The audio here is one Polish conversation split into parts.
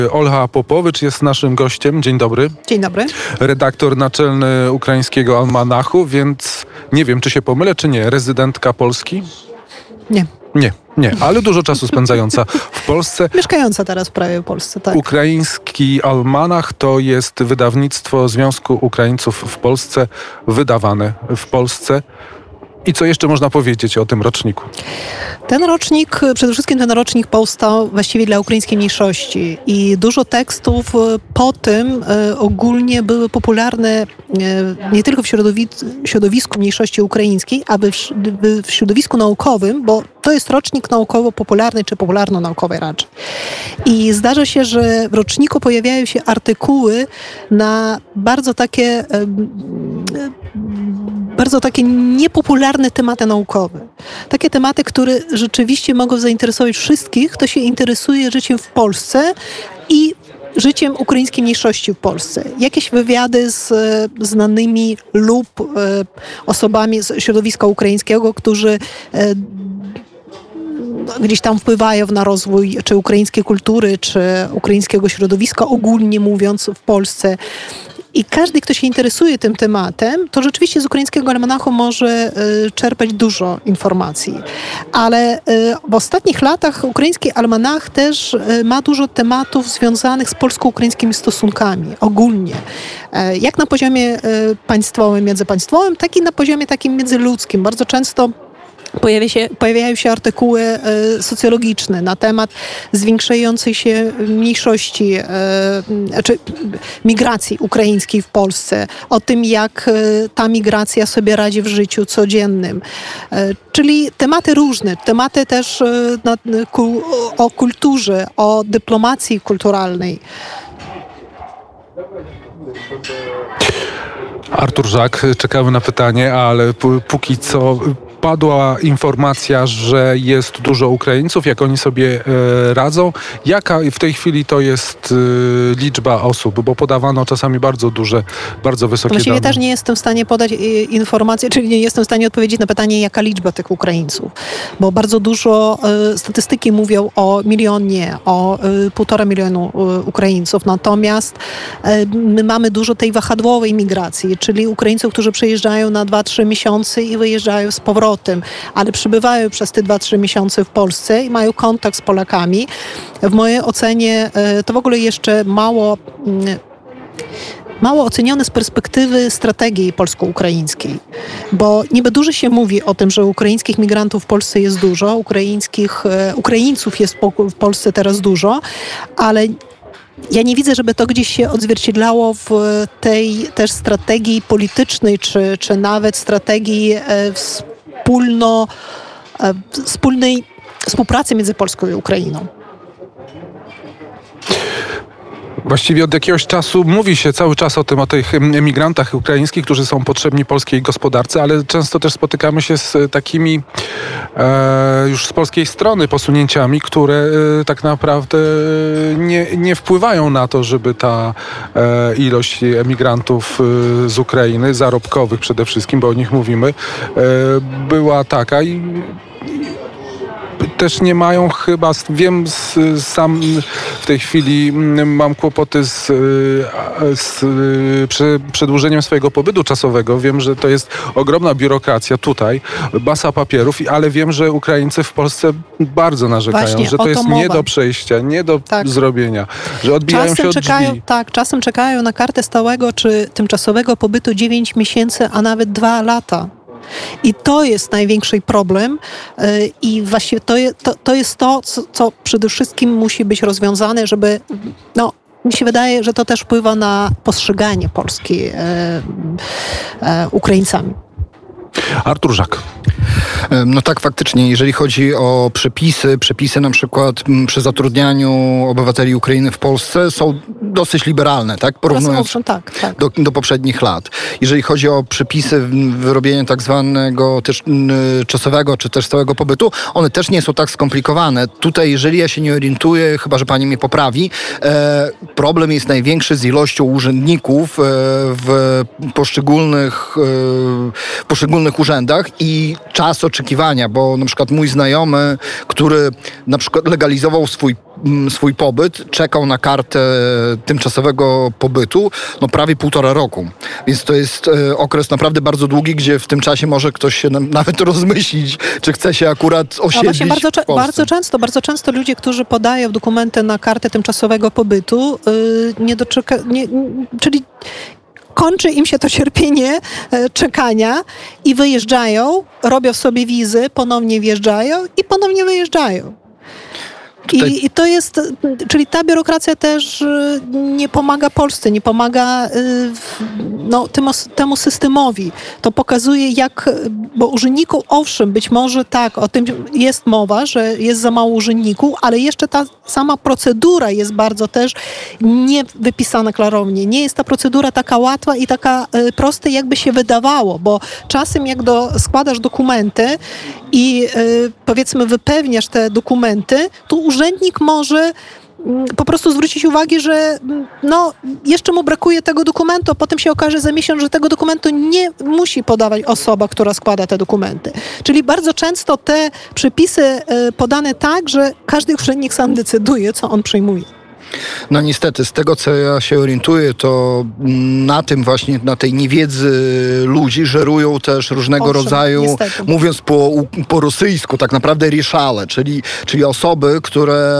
Olha Popowicz jest naszym gościem. Dzień dobry. Dzień dobry. Redaktor naczelny ukraińskiego Almanachu, więc nie wiem, czy się pomylę, czy nie. Rezydentka Polski? Nie. Nie, ale dużo czasu spędzająca w Polsce. Mieszkająca teraz prawie w Polsce, tak. Ukraiński Almanach to jest wydawnictwo Związku Ukraińców w Polsce, wydawane w Polsce. I co jeszcze można powiedzieć o tym roczniku? Przede wszystkim ten rocznik powstał właściwie dla ukraińskiej mniejszości i dużo tekstów po tym ogólnie były popularne nie tylko w środowisku mniejszości ukraińskiej, ale w środowisku naukowym, bo to jest rocznik naukowo-popularny czy popularno-naukowy raczej. I zdarza się, że w roczniku pojawiają się artykuły na bardzo takie niepopularne tematy naukowe. Takie tematy, które rzeczywiście mogą zainteresować wszystkich, kto się interesuje życiem w Polsce i życiem ukraińskiej mniejszości w Polsce. Jakieś wywiady z znanymi lub osobami z środowiska ukraińskiego, którzy gdzieś tam wpływają na rozwój czy ukraińskiej kultury, czy ukraińskiego środowiska, ogólnie mówiąc, w Polsce. I każdy, kto się interesuje tym tematem, to rzeczywiście z ukraińskiego almanachu może czerpać dużo informacji. Ale w ostatnich latach ukraiński almanach też ma dużo tematów związanych z polsko-ukraińskimi stosunkami ogólnie. Jak na poziomie państwowym, międzypaństwowym, tak i na poziomie takim międzyludzkim. Bardzo często pojawiają się artykuły socjologiczne na temat zwiększającej się mniejszości czy migracji ukraińskiej w Polsce, o tym, jak ta migracja sobie radzi w życiu codziennym. Czyli tematy różne, tematy też o kulturze, o dyplomacji kulturalnej. Artur Żak, czekamy na pytanie, ale póki co padła informacja, że jest dużo Ukraińców, jak oni sobie radzą. Jaka w tej chwili to jest liczba osób? Bo podawano czasami bardzo duże, bardzo wysokie dane. Właściwie też nie jestem w stanie podać informacji, czyli nie jestem w stanie odpowiedzieć na pytanie, jaka liczba tych Ukraińców. Bo bardzo dużo statystyki mówią o milionie, o 1,5 milionu Ukraińców. Natomiast my mamy dużo tej wahadłowej migracji, czyli Ukraińców, którzy przyjeżdżają na 2-3 miesiące i wyjeżdżają z powrotem, ale przybywają przez te 2-3 miesiące w Polsce i mają kontakt z Polakami. W mojej ocenie to w ogóle jeszcze mało ocenione z perspektywy strategii polsko-ukraińskiej. Bo niby dużo się mówi o tym, że ukraińskich migrantów w Polsce jest dużo, Ukraińców jest w Polsce teraz dużo, ale ja nie widzę, żeby to gdzieś się odzwierciedlało w tej też strategii politycznej, czy nawet strategii wspólnej współpracy między Polską i Ukrainą. Właściwie od jakiegoś czasu mówi się cały czas o tych emigrantach ukraińskich, którzy są potrzebni polskiej gospodarce, ale często też spotykamy się z takimi już z polskiej strony posunięciami, które tak naprawdę nie wpływają na to, żeby ta ilość emigrantów z Ukrainy, zarobkowych przede wszystkim, bo o nich mówimy, była taka i też nie mają chyba, wiem, sam w tej chwili mam kłopoty z przedłużeniem swojego pobytu czasowego. Wiem, że to jest ogromna biurokracja tutaj, masa papierów, ale wiem, że Ukraińcy w Polsce bardzo narzekają, właśnie, że to jest nie do przejścia, nie do zrobienia, że odbijają się od drzwi. Czasem czekają na kartę stałego czy tymczasowego pobytu 9 miesięcy, a nawet 2 lata. I to jest największy problem i właściwie to jest to, co przede wszystkim musi być rozwiązane, żeby, mi się wydaje, że to też wpływa na postrzeganie Polski Ukraińcami. Artur Żak. No tak, faktycznie, jeżeli chodzi o przepisy na przykład przy zatrudnianiu obywateli Ukrainy w Polsce są dosyć liberalne, tak? Porównując do poprzednich lat. Jeżeli chodzi o przepisy wyrobienia tak zwanego też czasowego czy też stałego pobytu, one też nie są tak skomplikowane. Tutaj, jeżeli ja się nie orientuję, chyba że pani mnie poprawi, problem jest największy z ilością urzędników w poszczególnych urzędach i czas oczekiwania, bo na przykład mój znajomy, który na przykład legalizował swój pobyt, czekał na kartę tymczasowego pobytu prawie 1,5 roku. Więc to jest okres naprawdę bardzo długi, gdzie w tym czasie może ktoś się nawet rozmyślić, czy chce się akurat osiedlić w Polsce. Bardzo często ludzie, którzy podają dokumenty na kartę tymczasowego pobytu, czyli kończy im się to cierpienie czekania i wyjeżdżają, robią sobie wizy, ponownie wjeżdżają i ponownie wyjeżdżają. I to jest, czyli ta biurokracja też nie pomaga Polsce, nie pomaga temu systemowi. To pokazuje bo urzędników, owszem, być może tak, o tym jest mowa, że jest za mało urzędników, ale jeszcze ta sama procedura jest bardzo też nie wypisana klarownie. Nie jest ta procedura taka łatwa i taka prosta, jakby się wydawało, bo czasem jak składasz dokumenty i powiedzmy wypełniasz te dokumenty, to urzędnik może po prostu zwrócić uwagę, że jeszcze mu brakuje tego dokumentu, a potem się okaże za miesiąc, że tego dokumentu nie musi podawać osoba, która składa te dokumenty. Czyli bardzo często te przepisy podane tak, że każdy urzędnik sam decyduje, co on przyjmuje. No niestety, z tego co ja się orientuję, to na tej niewiedzy ludzi żerują też różnego rodzaju, niestety, mówiąc po rosyjsku, tak naprawdę rieszale, czyli osoby, które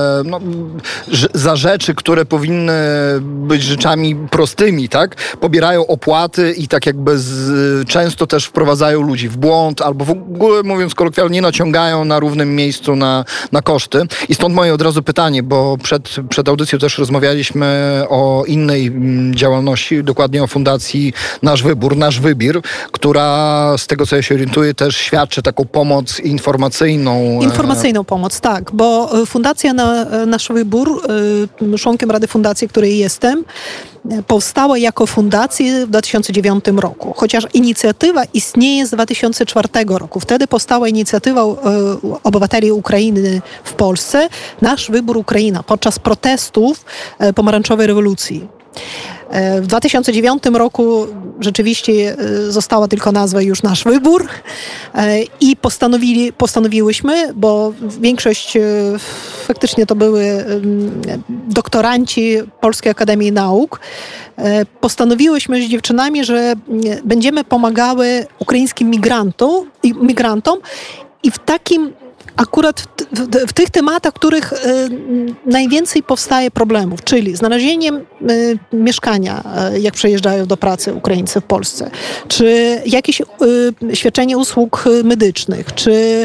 za rzeczy, które powinny być rzeczami prostymi, tak, pobierają opłaty i tak jakby często też wprowadzają ludzi w błąd, albo w ogóle, mówiąc kolokwialnie, nie naciągają na równym miejscu na koszty. I stąd moje od razu pytanie, bo przed audycją też rozmawialiśmy o innej działalności, dokładnie o fundacji Nasz Wybór, Nasz Wybir, która z tego co ja się orientuję też świadczy taką pomoc informacyjną. Informacyjną pomoc, tak, bo Fundacja Nasz Wybór, członkiem Rady Fundacji, której jestem, powstała jako fundacja w 2009 roku, chociaż inicjatywa istnieje z 2004 roku. Wtedy powstała inicjatywa obywateli Ukrainy w Polsce, Nasz Wybór Ukraina, podczas protestów pomarańczowej rewolucji. W 2009 roku rzeczywiście została tylko nazwa już Nasz Wybór i postanowiłyśmy, bo większość faktycznie to były doktoranci Polskiej Akademii Nauk, postanowiłyśmy z dziewczynami, że będziemy pomagały ukraińskim migrantom i w takim akurat w tych tematach, w których najwięcej powstaje problemów, czyli znalezieniem mieszkania, jak przyjeżdżają do pracy Ukraińcy w Polsce, czy jakieś świadczenie usług medycznych, czy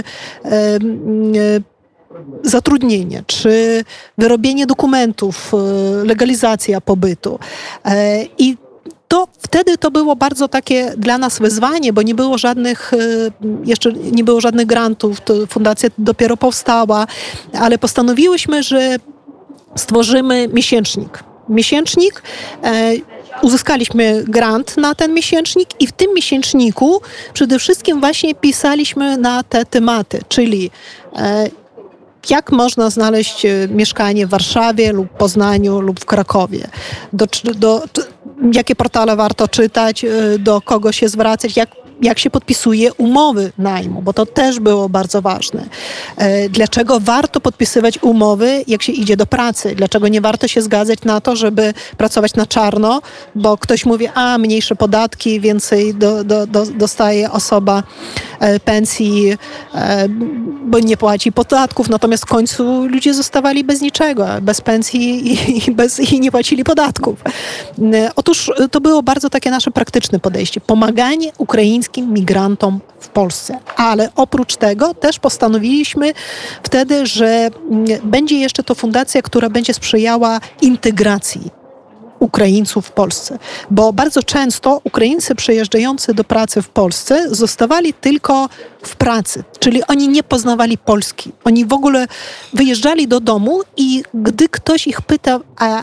zatrudnienie, czy wyrobienie dokumentów, legalizacja pobytu. I wtedy to było bardzo takie dla nas wyzwanie, bo jeszcze nie było żadnych grantów, fundacja dopiero powstała, ale postanowiłyśmy, że stworzymy miesięcznik. Uzyskaliśmy grant na ten miesięcznik i w tym miesięczniku przede wszystkim właśnie pisaliśmy na te tematy, czyli jak można znaleźć mieszkanie w Warszawie lub Poznaniu lub w Krakowie, jakie portale warto czytać, do kogo się zwracać, jak się podpisuje umowy najmu, bo to też było bardzo ważne. Dlaczego warto podpisywać umowy, jak się idzie do pracy? Dlaczego nie warto się zgadzać na to, żeby pracować na czarno, bo ktoś mówi, mniejsze podatki, więcej dostaje osoba pensji, bo nie płaci podatków, natomiast w końcu ludzie zostawali bez niczego, bez pensji i nie płacili podatków. Otóż to było bardzo takie nasze praktyczne podejście. Pomaganie ukraińskim migrantom w Polsce. Ale oprócz tego też postanowiliśmy wtedy, że będzie jeszcze to fundacja, która będzie sprzyjała integracji Ukraińców w Polsce. Bo bardzo często Ukraińcy przyjeżdżający do pracy w Polsce zostawali tylko w pracy, czyli oni nie poznawali Polski. Oni w ogóle wyjeżdżali do domu i gdy ktoś ich pyta,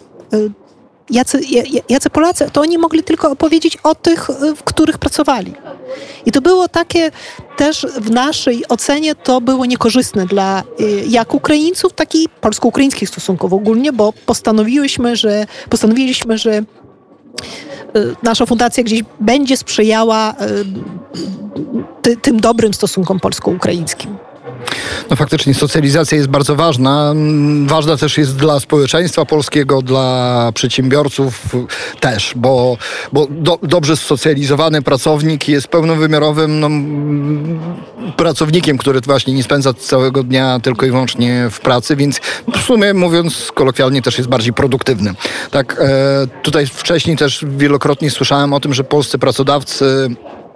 jacy Polacy, to oni mogli tylko opowiedzieć o tych, w których pracowali. I to było takie też w naszej ocenie to było niekorzystne dla jak Ukraińców, tak i polsko-ukraińskich stosunków ogólnie, bo postanowiliśmy, że nasza fundacja gdzieś będzie sprzyjała tym dobrym stosunkom polsko-ukraińskim. No faktycznie socjalizacja jest bardzo ważna. Ważna też jest dla społeczeństwa polskiego, dla przedsiębiorców też, bo dobrze zsocjalizowany pracownik jest pełnowymiarowym pracownikiem, który właśnie nie spędza całego dnia tylko i wyłącznie w pracy, więc w sumie mówiąc kolokwialnie też jest bardziej produktywny. Tak, tutaj wcześniej też wielokrotnie słyszałem o tym, że polscy pracodawcy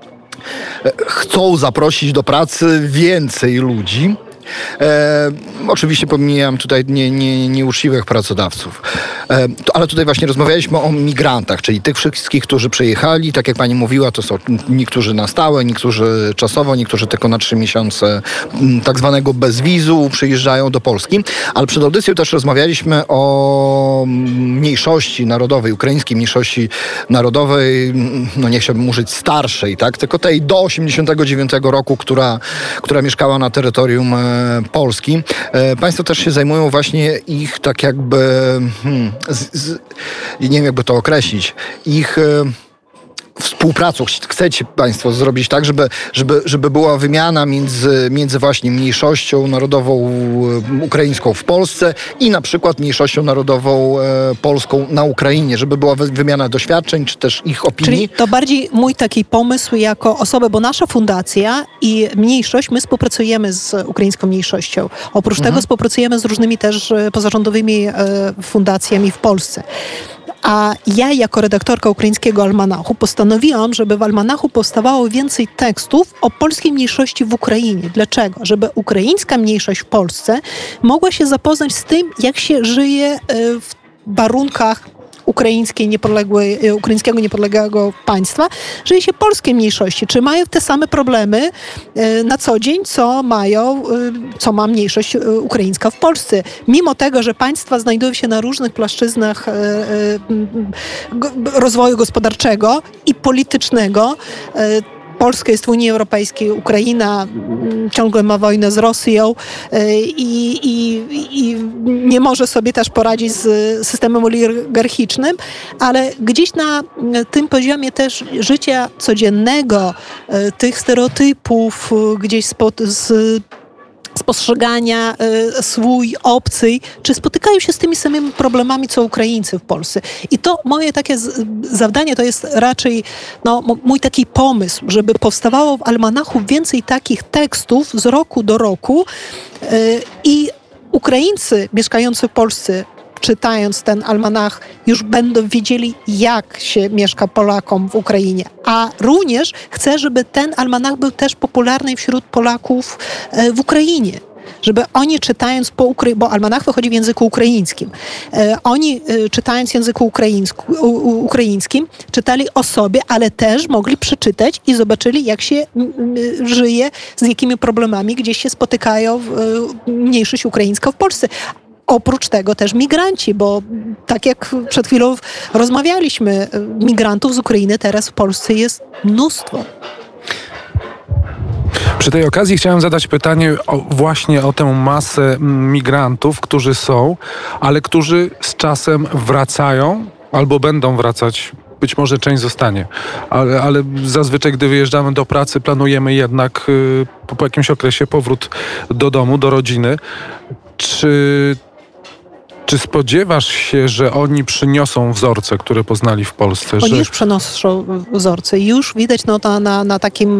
chcą zaprosić do pracy więcej ludzi. Oczywiście pomijam tutaj nieuczciwych pracodawców. Ale tutaj właśnie rozmawialiśmy o migrantach, czyli tych wszystkich, którzy przyjechali. Tak jak pani mówiła, to są niektórzy na stałe, niektórzy czasowo, niektórzy tylko na 3 miesiące tak zwanego bezwizu przyjeżdżają do Polski. Ale przed audycją też rozmawialiśmy o mniejszości narodowej, ukraińskiej mniejszości narodowej, no nie chciałbym użyć starszej, tak? Tylko tej do 89 roku, która mieszkała na terytorium Polski. Państwo też się zajmują właśnie ich tak jakby, nie wiem jakby to określić, ich współpracą. Chcecie państwo zrobić tak, żeby była wymiana między właśnie mniejszością narodową ukraińską w Polsce i na przykład mniejszością narodową polską na Ukrainie, żeby była wymiana doświadczeń, czy też ich opinii. Czyli to bardziej mój taki pomysł jako osoby, bo nasza fundacja i mniejszość, my współpracujemy z ukraińską mniejszością. Oprócz tego współpracujemy z różnymi też pozarządowymi fundacjami w Polsce. A ja jako redaktorka ukraińskiego almanachu postanowiłam, żeby w almanachu powstawało więcej tekstów o polskiej mniejszości w Ukrainie. Dlaczego? Żeby ukraińska mniejszość w Polsce mogła się zapoznać z tym, jak się żyje w warunkach ukraińskiego niepodległego państwa, żyje się polskie mniejszości. Czy mają te same problemy na co dzień, co ma mniejszość ukraińska w Polsce. Mimo tego, że państwa znajdują się na różnych płaszczyznach rozwoju gospodarczego i politycznego, Polska jest w Unii Europejskiej, Ukraina ciągle ma wojnę z Rosją i nie może sobie też poradzić z systemem oligarchicznym, ale gdzieś na tym poziomie też życia codziennego, tych stereotypów, gdzieś spostrzegania swój, obcy, czy spotykają się z tymi samymi problemami, co Ukraińcy w Polsce. I to moje takie zadanie, to jest raczej mój taki pomysł, żeby powstawało w almanachu więcej takich tekstów z roku do roku i Ukraińcy mieszkający w Polsce, czytając ten almanach, już będą wiedzieli, jak się mieszka Polakom w Ukrainie. A również chcę, żeby ten almanach był też popularny wśród Polaków w Ukrainie. Żeby oni czytając bo almanach wychodzi w języku ukraińskim. Oni czytając w języku ukraińskim czytali o sobie, ale też mogli przeczytać i zobaczyli, jak się żyje, z jakimi problemami gdzieś się spotykają mniejszość ukraińska w Polsce. Oprócz tego też migranci, bo tak jak przed chwilą rozmawialiśmy, migrantów z Ukrainy teraz w Polsce jest mnóstwo. Przy tej okazji chciałem zadać pytanie właśnie o tę masę migrantów, którzy są, ale którzy z czasem wracają albo będą wracać. Być może część zostanie, ale zazwyczaj, gdy wyjeżdżamy do pracy, planujemy jednak po jakimś okresie powrót do domu, do rodziny. Czy spodziewasz się, że oni przyniosą wzorce, które poznali w Polsce? Oni już przenoszą wzorce. Już widać na takim,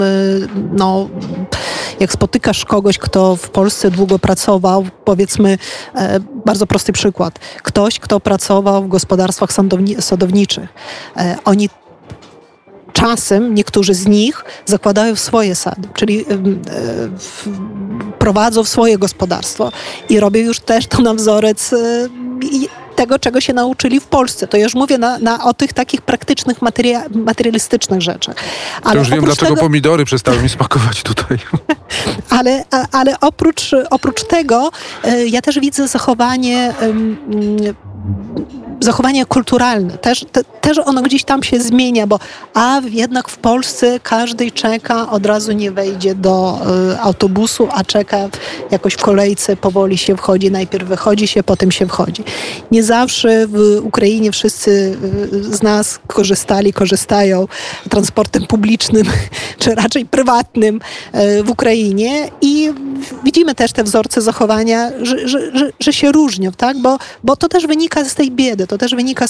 jak spotykasz kogoś, kto w Polsce długo pracował, powiedzmy, bardzo prosty przykład. Ktoś, kto pracował w gospodarstwach sadowniczych. Oni czasem, niektórzy z nich zakładają swoje sady, czyli prowadzą swoje gospodarstwo i robią już też to na wzorec tego, czego się nauczyli w Polsce. To już mówię o tych takich praktycznych, materialistycznych rzeczach. Ale to już wiem, dlaczego pomidory przestały mi smakować tutaj. Ale oprócz tego ja też widzę zachowanie zachowanie kulturalne. Też ono gdzieś tam się zmienia, bo jednak w Polsce każdy czeka, od razu nie wejdzie do autobusu, a czeka jakoś w kolejce, powoli się wchodzi, najpierw wychodzi się, potem się wchodzi. Nie zawsze w Ukrainie wszyscy z nas korzystają transportem publicznym, czy raczej prywatnym w Ukrainie i widzimy też te wzorce zachowania, że się różnią, tak? Bo to też wynika z tej biedy, to też wynika z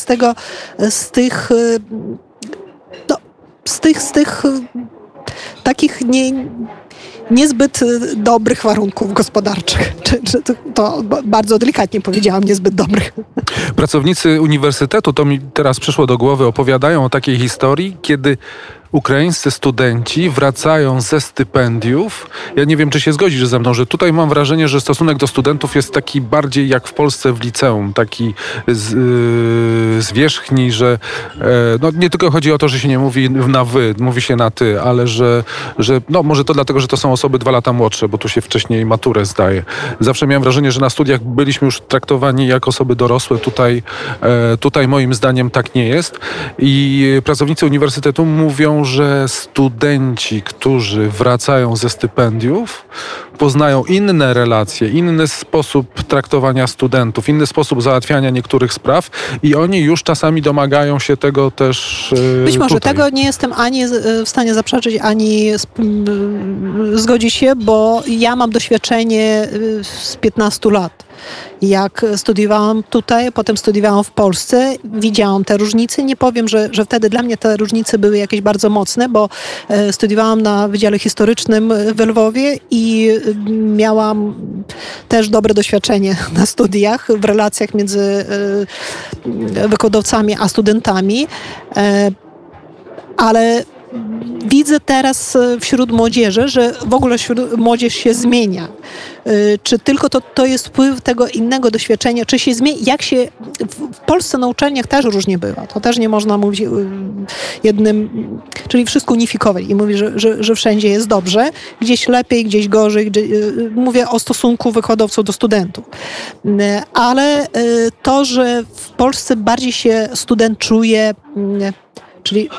tych takich niezbyt dobrych warunków gospodarczych. To bardzo delikatnie powiedziałam, niezbyt dobrych. Pracownicy uniwersytetu, to mi teraz przyszło do głowy, opowiadają o takiej historii, kiedy ukraińscy studenci wracają ze stypendiów. Ja nie wiem, czy się zgodzisz ze mną, że tutaj mam wrażenie, że stosunek do studentów jest taki bardziej jak w Polsce w liceum, taki zwierzchni, że nie tylko chodzi o to, że się nie mówi na wy, mówi się na ty, ale że może to dlatego, że to są osoby 2 lata młodsze, bo tu się wcześniej maturę zdaje. Zawsze miałem wrażenie, że na studiach byliśmy już traktowani jak osoby dorosłe. Tutaj moim zdaniem tak nie jest. I pracownicy uniwersytetu mówią, że studenci, którzy wracają ze stypendiów, poznają inne relacje, inny sposób traktowania studentów, inny sposób załatwiania niektórych spraw i oni już czasami domagają się tego też Być może tutaj. tego nie jestem ani w stanie zaprzeczyć, ani zgodzić się, bo ja mam doświadczenie z 15 lat. Jak studiowałam tutaj, potem studiowałam w Polsce, widziałam te różnice. Nie powiem, że wtedy dla mnie te różnice były jakieś bardzo mocne, bo studiowałam na Wydziale Historycznym w Lwowie i miałam też dobre doświadczenie na studiach w relacjach między wykładowcami a studentami, ale widzę teraz wśród młodzieży, że w ogóle młodzież się zmienia. Czy tylko to jest wpływ tego innego doświadczenia, czy się zmienia, jak się w Polsce na uczelniach też różnie bywa. To też nie można mówić jednym, czyli wszystko unifikować i mówić, że wszędzie jest dobrze, gdzieś lepiej, gdzieś gorzej. Mówię o stosunku wykładowców do studentów. Ale to, że w Polsce bardziej się student czuje, czyli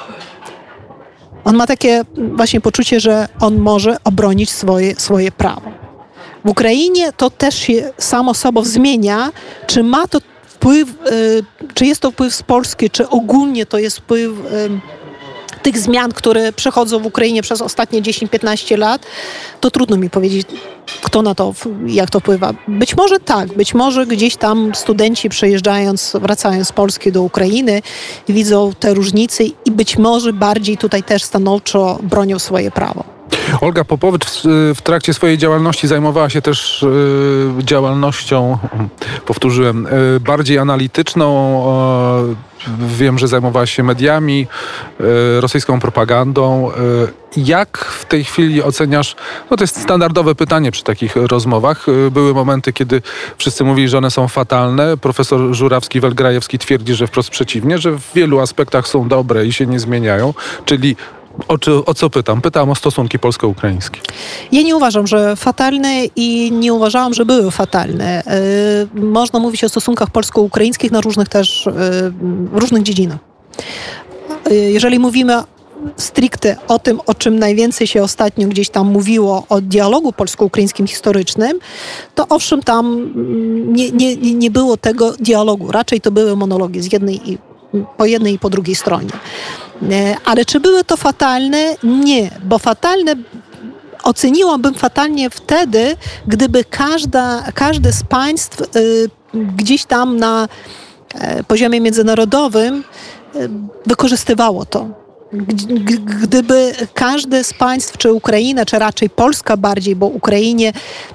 on ma takie właśnie poczucie, że on może obronić swoje prawo. W Ukrainie to też się samo sobą zmienia. Czy ma to wpływ, czy jest to wpływ z Polski, czy ogólnie to jest wpływ tych zmian, które przechodzą w Ukrainie przez ostatnie 10-15 lat, to trudno mi powiedzieć, kto na to, jak to wpływa. Być może tak, być może gdzieś tam studenci wracając z Polski do Ukrainy, widzą te różnice i być może bardziej tutaj też stanowczo bronią swoje prawo. Olga Popowicz w trakcie swojej działalności zajmowała się też działalnością, powtórzyłem, bardziej analityczną. Wiem, że zajmowała się mediami, rosyjską propagandą. Jak w tej chwili oceniasz, to jest standardowe pytanie przy takich rozmowach, były momenty, kiedy wszyscy mówili, że one są fatalne. Profesor Żurawski-Welgrajewski twierdzi, że wprost przeciwnie, że w wielu aspektach są dobre i się nie zmieniają, czyli o co pytam? Pytam o stosunki polsko-ukraińskie. Ja nie uważam, że fatalne i nie uważałam, że były fatalne. Można mówić o stosunkach polsko-ukraińskich na różnych dziedzinach. Jeżeli mówimy stricte o tym, o czym najwięcej się ostatnio gdzieś tam mówiło, o dialogu polsko-ukraińskim historycznym, to owszem, tam nie było tego dialogu. Raczej to były monologi po jednej i po drugiej stronie. Ale czy były to fatalne? Nie, bo oceniłabym fatalnie wtedy, gdyby każde z państw gdzieś tam na poziomie międzynarodowym wykorzystywało to. Gdyby każde z państw, czy Ukraina, czy raczej Polska bardziej, bo Ukrainie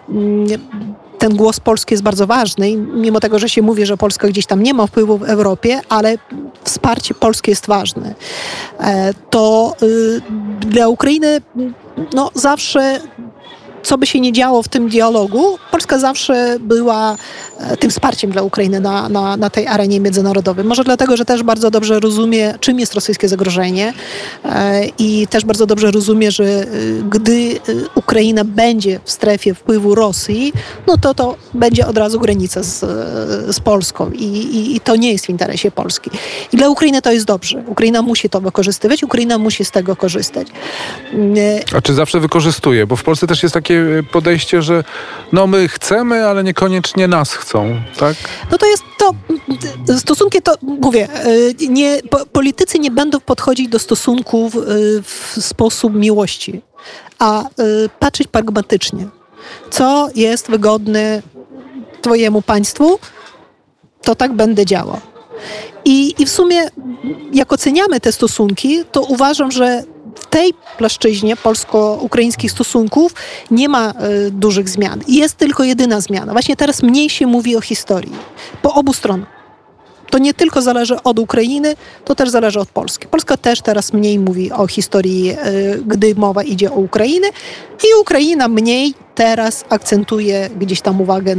ten głos Polski jest bardzo ważny, mimo tego, że się mówi, że Polska gdzieś tam nie ma wpływu w Europie, ale wsparcie Polski jest ważne. To dla Ukrainy zawsze co by się nie działo w tym dialogu, Polska zawsze była tym wsparciem dla Ukrainy na tej arenie międzynarodowej. Może dlatego, że też bardzo dobrze rozumie, czym jest rosyjskie zagrożenie i też bardzo dobrze rozumie, że gdy Ukraina będzie w strefie wpływu Rosji, no to będzie od razu granica z Polską i to nie jest w interesie Polski. I dla Ukrainy to jest dobrze. Ukraina musi to wykorzystywać, Ukraina musi z tego korzystać. A czy zawsze wykorzystuje? Bo w Polsce też jest takie podejście, że no my chcemy, ale niekoniecznie nas chcą, tak? No to jest to, stosunki to, mówię, politycy nie będą podchodzić do stosunków w sposób miłości, a patrzeć pragmatycznie. Co jest wygodne twojemu państwu, to tak będę działał. I w sumie, jak oceniamy te stosunki, to uważam, że w tej płaszczyźnie polsko-ukraińskich stosunków nie ma dużych zmian. Jest tylko jedyna zmiana. Właśnie teraz mniej się mówi o historii. Po obu stronach. To nie tylko zależy od Ukrainy, to też zależy od Polski. Polska też teraz mniej mówi o historii, gdy mowa idzie o Ukrainę i Ukraina mniej teraz akcentuje gdzieś tam uwagę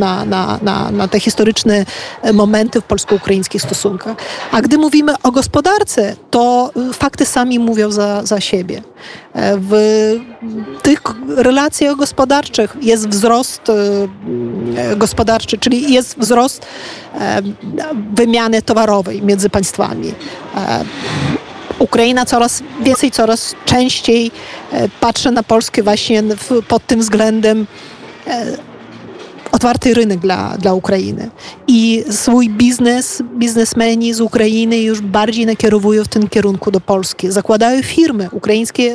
na te historyczne momenty w polsko-ukraińskich stosunkach. A gdy mówimy o gospodarce, to fakty sami mówią za siebie. W tych relacjach gospodarczych jest wzrost gospodarczy, czyli jest wzrost wymiany towarowej między państwami. Ukraina coraz więcej, coraz częściej patrzy na Polskę właśnie pod tym względem otwarty rynek dla Ukrainy. I swój biznesmeni z Ukrainy już bardziej nakierowują w tym kierunku do Polski. Zakładają firmy. Ukraińskie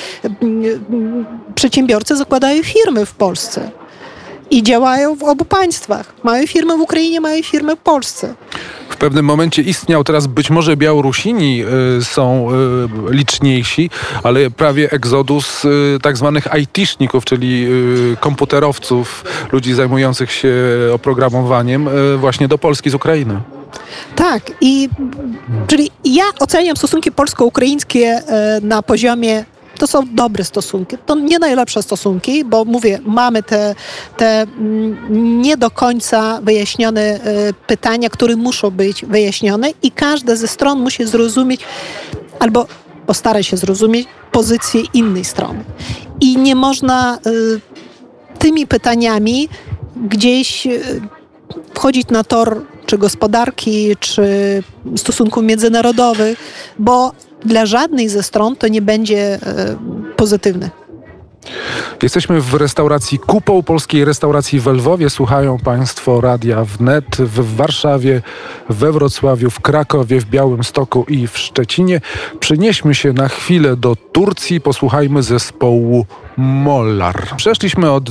przedsiębiorcy zakładają firmy w Polsce. I działają w obu państwach. Mają firmy w Ukrainie, mają firmy w Polsce. W pewnym momencie istniał, teraz być może Białorusini są liczniejsi, ale prawie egzodus tak zwanych IT-szników, czyli komputerowców, ludzi zajmujących się oprogramowaniem właśnie do Polski z Ukrainy. Tak, czyli ja oceniam stosunki polsko-ukraińskie na poziomie. To są dobre stosunki. To nie najlepsze stosunki, bo mówię, mamy te nie do końca wyjaśnione pytania, które muszą być wyjaśnione i każda ze stron musi zrozumieć albo postara się zrozumieć pozycję innej strony. I nie można tymi pytaniami gdzieś wchodzić na tor czy gospodarki, czy stosunków międzynarodowych, bo dla żadnej ze stron to nie będzie pozytywne. Jesteśmy w restauracji Kupą, polskiej restauracji w Lwowie. Słuchają Państwo Radia Wnet w Warszawie, we Wrocławiu, w Krakowie, w Białymstoku i w Szczecinie. Przenieśmy się na chwilę do Turcji. Posłuchajmy zespołu Mollar. Przeszliśmy od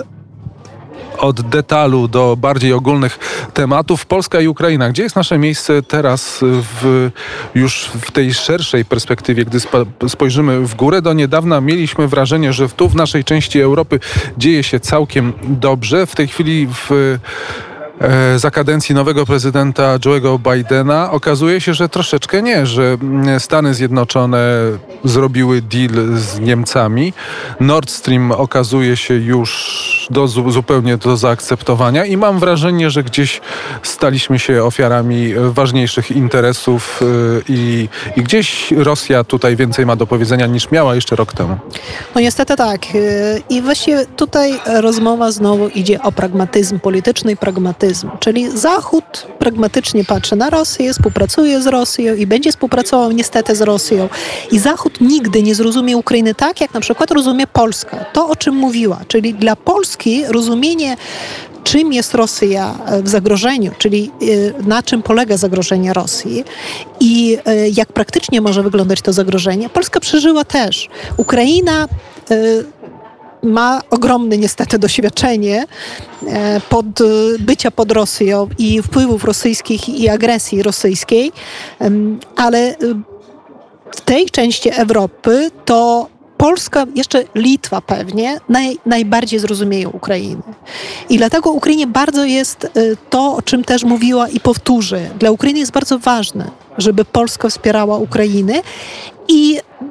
detalu do bardziej ogólnych tematów. Polska i Ukraina. Gdzie jest nasze miejsce teraz już w tej szerszej perspektywie? Gdy spojrzymy w górę, do niedawna mieliśmy wrażenie, że tu w naszej części Europy dzieje się całkiem dobrze. W tej chwili za kadencji nowego prezydenta Joe'ego Bidena okazuje się, że troszeczkę nie, że Stany Zjednoczone zrobiły deal z Niemcami. Nord Stream okazuje się już zupełnie do zaakceptowania i mam wrażenie, że gdzieś staliśmy się ofiarami ważniejszych interesów i gdzieś Rosja tutaj więcej ma do powiedzenia niż miała jeszcze rok temu. No niestety tak. I właściwie tutaj rozmowa znowu idzie o pragmatyzm, polityczny pragmatyzm. Czyli Zachód pragmatycznie patrzy na Rosję, współpracuje z Rosją i będzie współpracował niestety z Rosją. I Zachód nigdy nie zrozumie Ukrainy tak, jak na przykład rozumie Polska. To, o czym mówiła. Czyli dla Polski rozumienie, czym jest Rosja w zagrożeniu, czyli na czym polega zagrożenie Rosji i jak praktycznie może wyglądać to zagrożenie, Polska przeżyła też. Ukraina ma ogromne niestety doświadczenie bycia pod Rosją i wpływów rosyjskich i agresji rosyjskiej, ale w tej części Europy to Polska, jeszcze Litwa pewnie, najbardziej zrozumieją Ukrainę. I dlatego Ukrainie bardzo jest to, o czym też mówiła i powtórzę. Dla Ukrainy jest bardzo ważne, żeby Polska wspierała Ukrainę i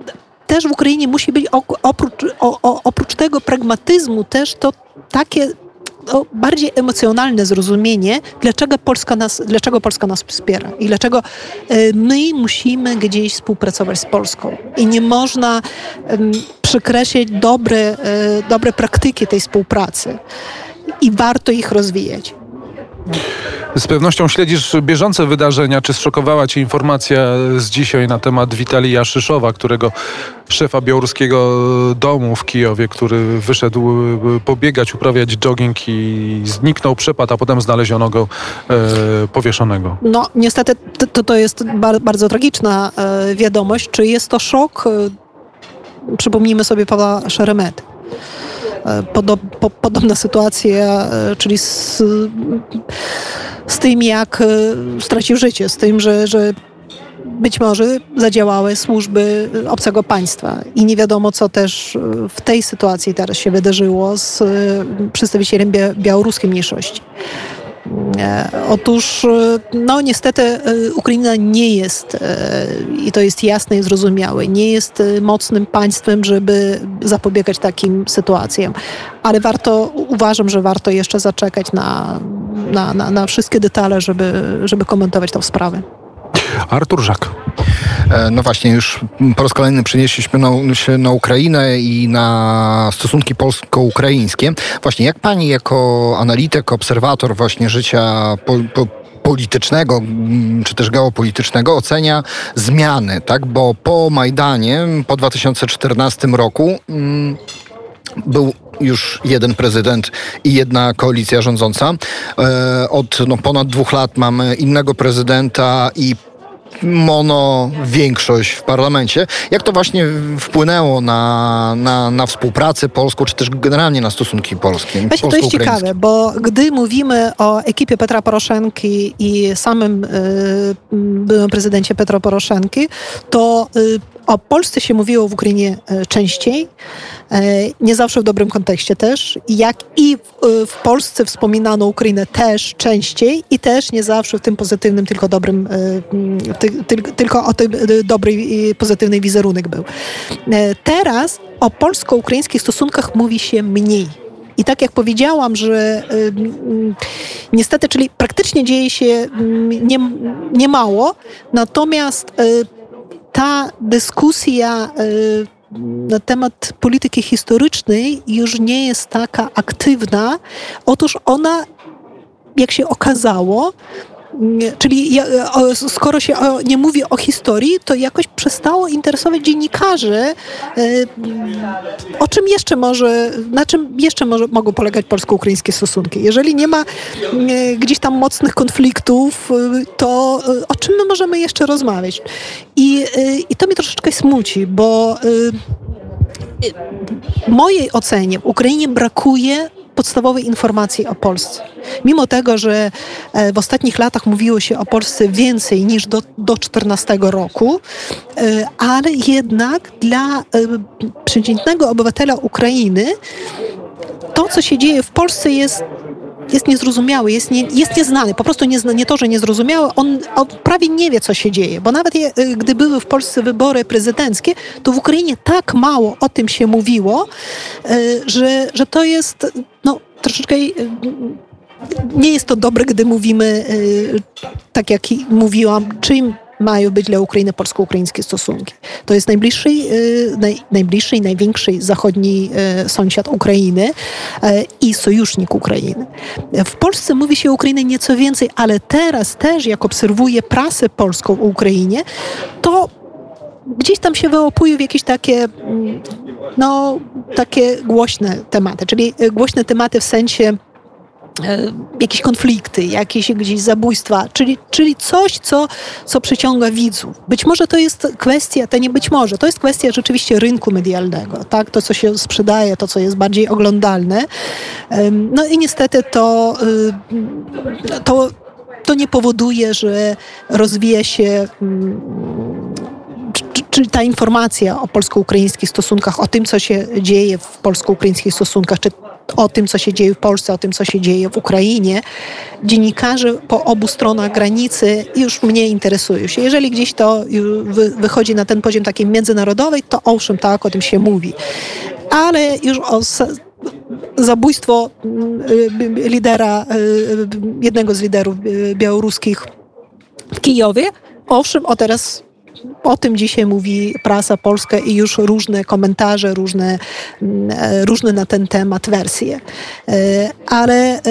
też w Ukrainie musi być oprócz tego pragmatyzmu też to takie bardziej emocjonalne zrozumienie, dlaczego Polska nas wspiera i dlaczego my musimy gdzieś współpracować z Polską. I nie można przekreślić dobre praktyki tej współpracy i warto ich rozwijać. Z pewnością śledzisz bieżące wydarzenia. Czy zszokowała cię informacja z dzisiaj na temat Witalija Szyszowa, szefa białoruskiego domu w Kijowie, który wyszedł pobiegać, uprawiać jogging i zniknął, przepadł, a potem znaleziono go powieszonego? No niestety to jest bardzo tragiczna wiadomość. Czy jest to szok? Przypomnijmy sobie Pawła Szeremety. Podobna sytuacja, czyli z tym, jak stracił życie, z tym, że być może zadziałały służby obcego państwa. I nie wiadomo, co też w tej sytuacji teraz się wydarzyło z przedstawicielem białoruskiej mniejszości. Otóż, no niestety Ukraina nie jest, i to jest jasne i zrozumiałe, nie jest mocnym państwem, żeby zapobiegać takim sytuacjom. Ale uważam, że warto jeszcze zaczekać na wszystkie detale, żeby komentować tę sprawę. Artur Żak. No właśnie, już po raz kolejny przenieśliśmy się na Ukrainę i na stosunki polsko-ukraińskie. Właśnie jak pani jako analityk, obserwator właśnie życia politycznego, czy też geopolitycznego ocenia zmiany, tak? Bo po Majdanie, po 2014 roku był już jeden prezydent i jedna koalicja rządząca. Od ponad 2 lat mamy innego prezydenta i większość w parlamencie. Jak to właśnie wpłynęło na współpracę polską, czy też generalnie na stosunki polskie? Właśnie to jest ciekawe, bo gdy mówimy o ekipie Petra Poroszenki i samym byłym prezydencie Petra Poroszenki, to o Polsce się mówiło w Ukrainie częściej, nie zawsze w dobrym kontekście też, jak i w Polsce wspominano Ukrainę też częściej i też nie zawsze w tym pozytywnym, tylko dobrym, tylko o tym dobry i pozytywny wizerunek był. Teraz o polsko-ukraińskich stosunkach mówi się mniej. I tak jak powiedziałam, że niestety, czyli praktycznie dzieje się nie mało, natomiast ta dyskusja na temat polityki historycznej już nie jest taka aktywna. Otóż ona, jak się okazało, czyli skoro się nie mówi o historii, to jakoś przestało interesować dziennikarzy, na czym jeszcze mogą polegać polsko-ukraińskie stosunki. Jeżeli nie ma gdzieś tam mocnych konfliktów, to o czym my możemy jeszcze rozmawiać? I to mnie troszeczkę smuci, bo w mojej ocenie w Ukrainie brakuje podstawowej informacji o Polsce. Mimo tego, że w ostatnich latach mówiło się o Polsce więcej niż do 14 roku, ale jednak dla przeciętnego obywatela Ukrainy to, co się dzieje w Polsce jest niezrozumiałe, jest nieznane. Po prostu nie to, że niezrozumiałe, on prawie nie wie, co się dzieje. Bo nawet gdy były w Polsce wybory prezydenckie, to w Ukrainie tak mało o tym się mówiło, że to jest troszeczkę... Nie jest to dobre, gdy mówimy, tak jak mówiłam, czym mają być dla Ukrainy polsko-ukraińskie stosunki. To jest najbliższy i największy zachodni sąsiad Ukrainy i sojusznik Ukrainy. W Polsce mówi się o Ukrainie nieco więcej, ale teraz też, jak obserwuję prasę polską o Ukrainie, to gdzieś tam się wyłapuje w jakieś takie głośne tematy, czyli głośne tematy w sensie jakieś konflikty, jakieś gdzieś zabójstwa, czyli coś, co przyciąga widzów. Być może to jest kwestia, to jest kwestia rzeczywiście rynku medialnego, tak? To, co się sprzedaje, to, co jest bardziej oglądalne. No i niestety to nie powoduje, że rozwija się czy ta informacja o polsko-ukraińskich stosunkach, o tym, co się dzieje w polsko-ukraińskich stosunkach, czy o tym, co się dzieje w Polsce, o tym, co się dzieje w Ukrainie, dziennikarze po obu stronach granicy już mnie interesują się. Jeżeli gdzieś to wychodzi na ten poziom takiej międzynarodowej, to owszem, tak, o tym się mówi. Ale już o zabójstwo jednego z liderów białoruskich w Kijowie, owszem, o tym dzisiaj mówi prasa polska i już różne komentarze, różne na ten temat wersje. Ale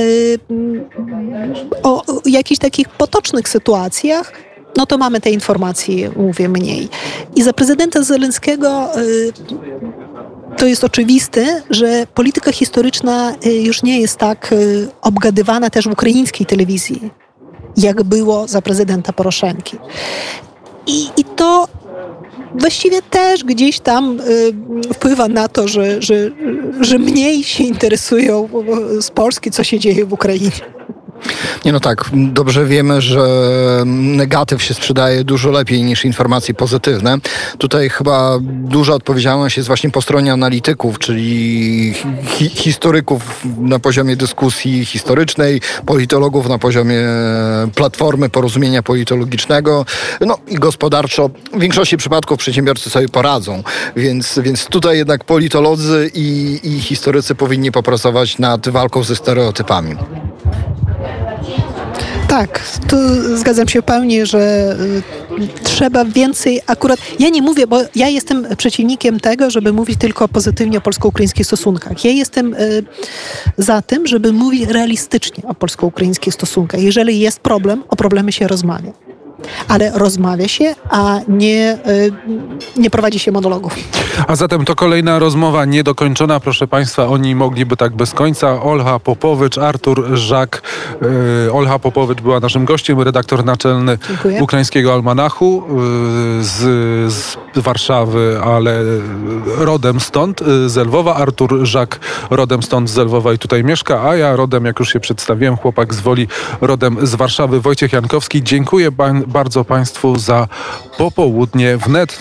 o jakichś takich potocznych sytuacjach, no to mamy te informacje, mówię, mniej. I za prezydenta Zełenskiego to jest oczywiste, że polityka historyczna już nie jest tak obgadywana też w ukraińskiej telewizji, jak było za prezydenta Poroszenki. I to właściwie też gdzieś tam wpływa na to, że mniej się interesują z Polski, co się dzieje w Ukrainie. Nie, no tak, dobrze wiemy, że negatyw się sprzedaje dużo lepiej niż informacje pozytywne. Tutaj chyba duża odpowiedzialność jest właśnie po stronie analityków, czyli historyków na poziomie dyskusji historycznej, politologów na poziomie platformy porozumienia politologicznego, no i gospodarczo. W większości przypadków przedsiębiorcy sobie poradzą, więc tutaj jednak politolodzy i historycy powinni popracować nad walką ze stereotypami. Tak, tu zgadzam się pełni, że trzeba więcej akurat... Ja nie mówię, bo ja jestem przeciwnikiem tego, żeby mówić tylko pozytywnie o polsko-ukraińskich stosunkach. Ja jestem za tym, żeby mówić realistycznie o polsko-ukraińskich stosunkach. Jeżeli jest problem, o problemy się rozmawia. Ale rozmawia się, a nie prowadzi się monologów. A zatem to kolejna rozmowa niedokończona. Proszę Państwa, oni mogliby tak bez końca. Olha Popowicz, Artur Żak. Olha Popowicz była naszym gościem, redaktor naczelny Ukraińskiego Almanachu z Warszawy, ale rodem stąd, z Lwowa. Artur Żak rodem stąd, z Lwowa i tutaj mieszka, a ja rodem, jak już się przedstawiłem, chłopak z Woli, rodem z Warszawy, Wojciech Jankowski. Dziękuję bardzo Państwu za popołudnie wnet.